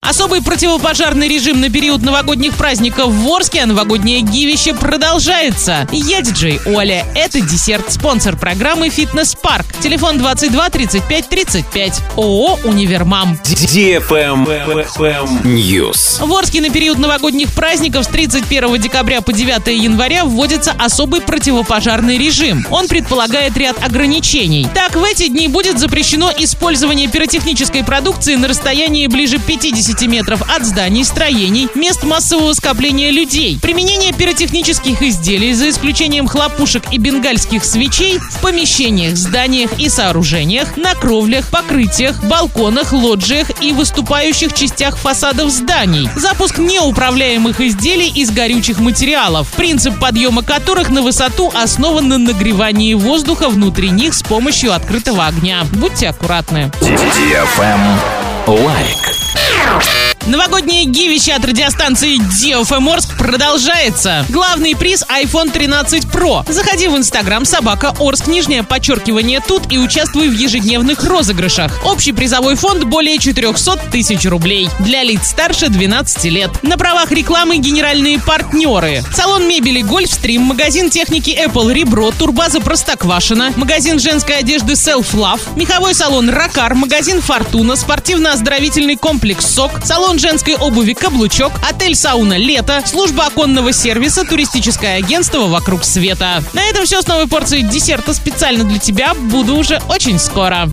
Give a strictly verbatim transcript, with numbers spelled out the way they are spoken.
Особый противопожарный режим на период новогодних праздников в Орске, а новогоднее гивище продолжается. Я диджей Оля. Это десерт. Спонсор программы «Фитнес-парк». Телефон двадцать два тридцать пять тридцать пять. ООО «Универмам». News. В Орске на период новогодних праздников с тридцать первого декабря по девятое января вводится особый противопожарный режим. Он предполагает ряд ограничений. Так, в эти дни будет запрещено использование пиротехнической продукции на расстоянии ближе пятидесяти метров от зданий, строений, мест массового скопления людей. Применение пиротехнических изделий, за исключением хлопушек и бенгальских свечей, в помещениях, зданиях и сооружениях, на кровлях, покрытиях, балконах, лоджиях и выступающих частях фасадов зданий. Запуск неуправляемых изделий из горючих материалов, принцип подъема которых на высоту основан на нагревании воздуха внутри них с помощью открытого огня. Будьте аккуратны. Лайк. Новогоднее гивище от радиостанции ди эф эм Орск продолжается. Главный приз айфон тринадцать про. Заходи в инстаграм собака Орск, нижнее подчеркивание тут и участвуй в ежедневных розыгрышах. Общий призовой фонд более четыреста тысяч рублей. Для лиц старше двенадцати лет. На правах рекламы генеральные партнеры: салон мебели Гольфстрим, магазин техники Apple Ребро, турбаза Простоквашино, магазин женской одежды Self Love, меховой салон Ракар, магазин Фортуна, спортивно-оздоровительный комплекс Сок, салон женской обуви Каблучок, отель Сауна Лето, служба оконного сервиса, туристическое агентство Вокруг Света. На этом все с новой порцией десерта специально для тебя. Буду уже очень скоро.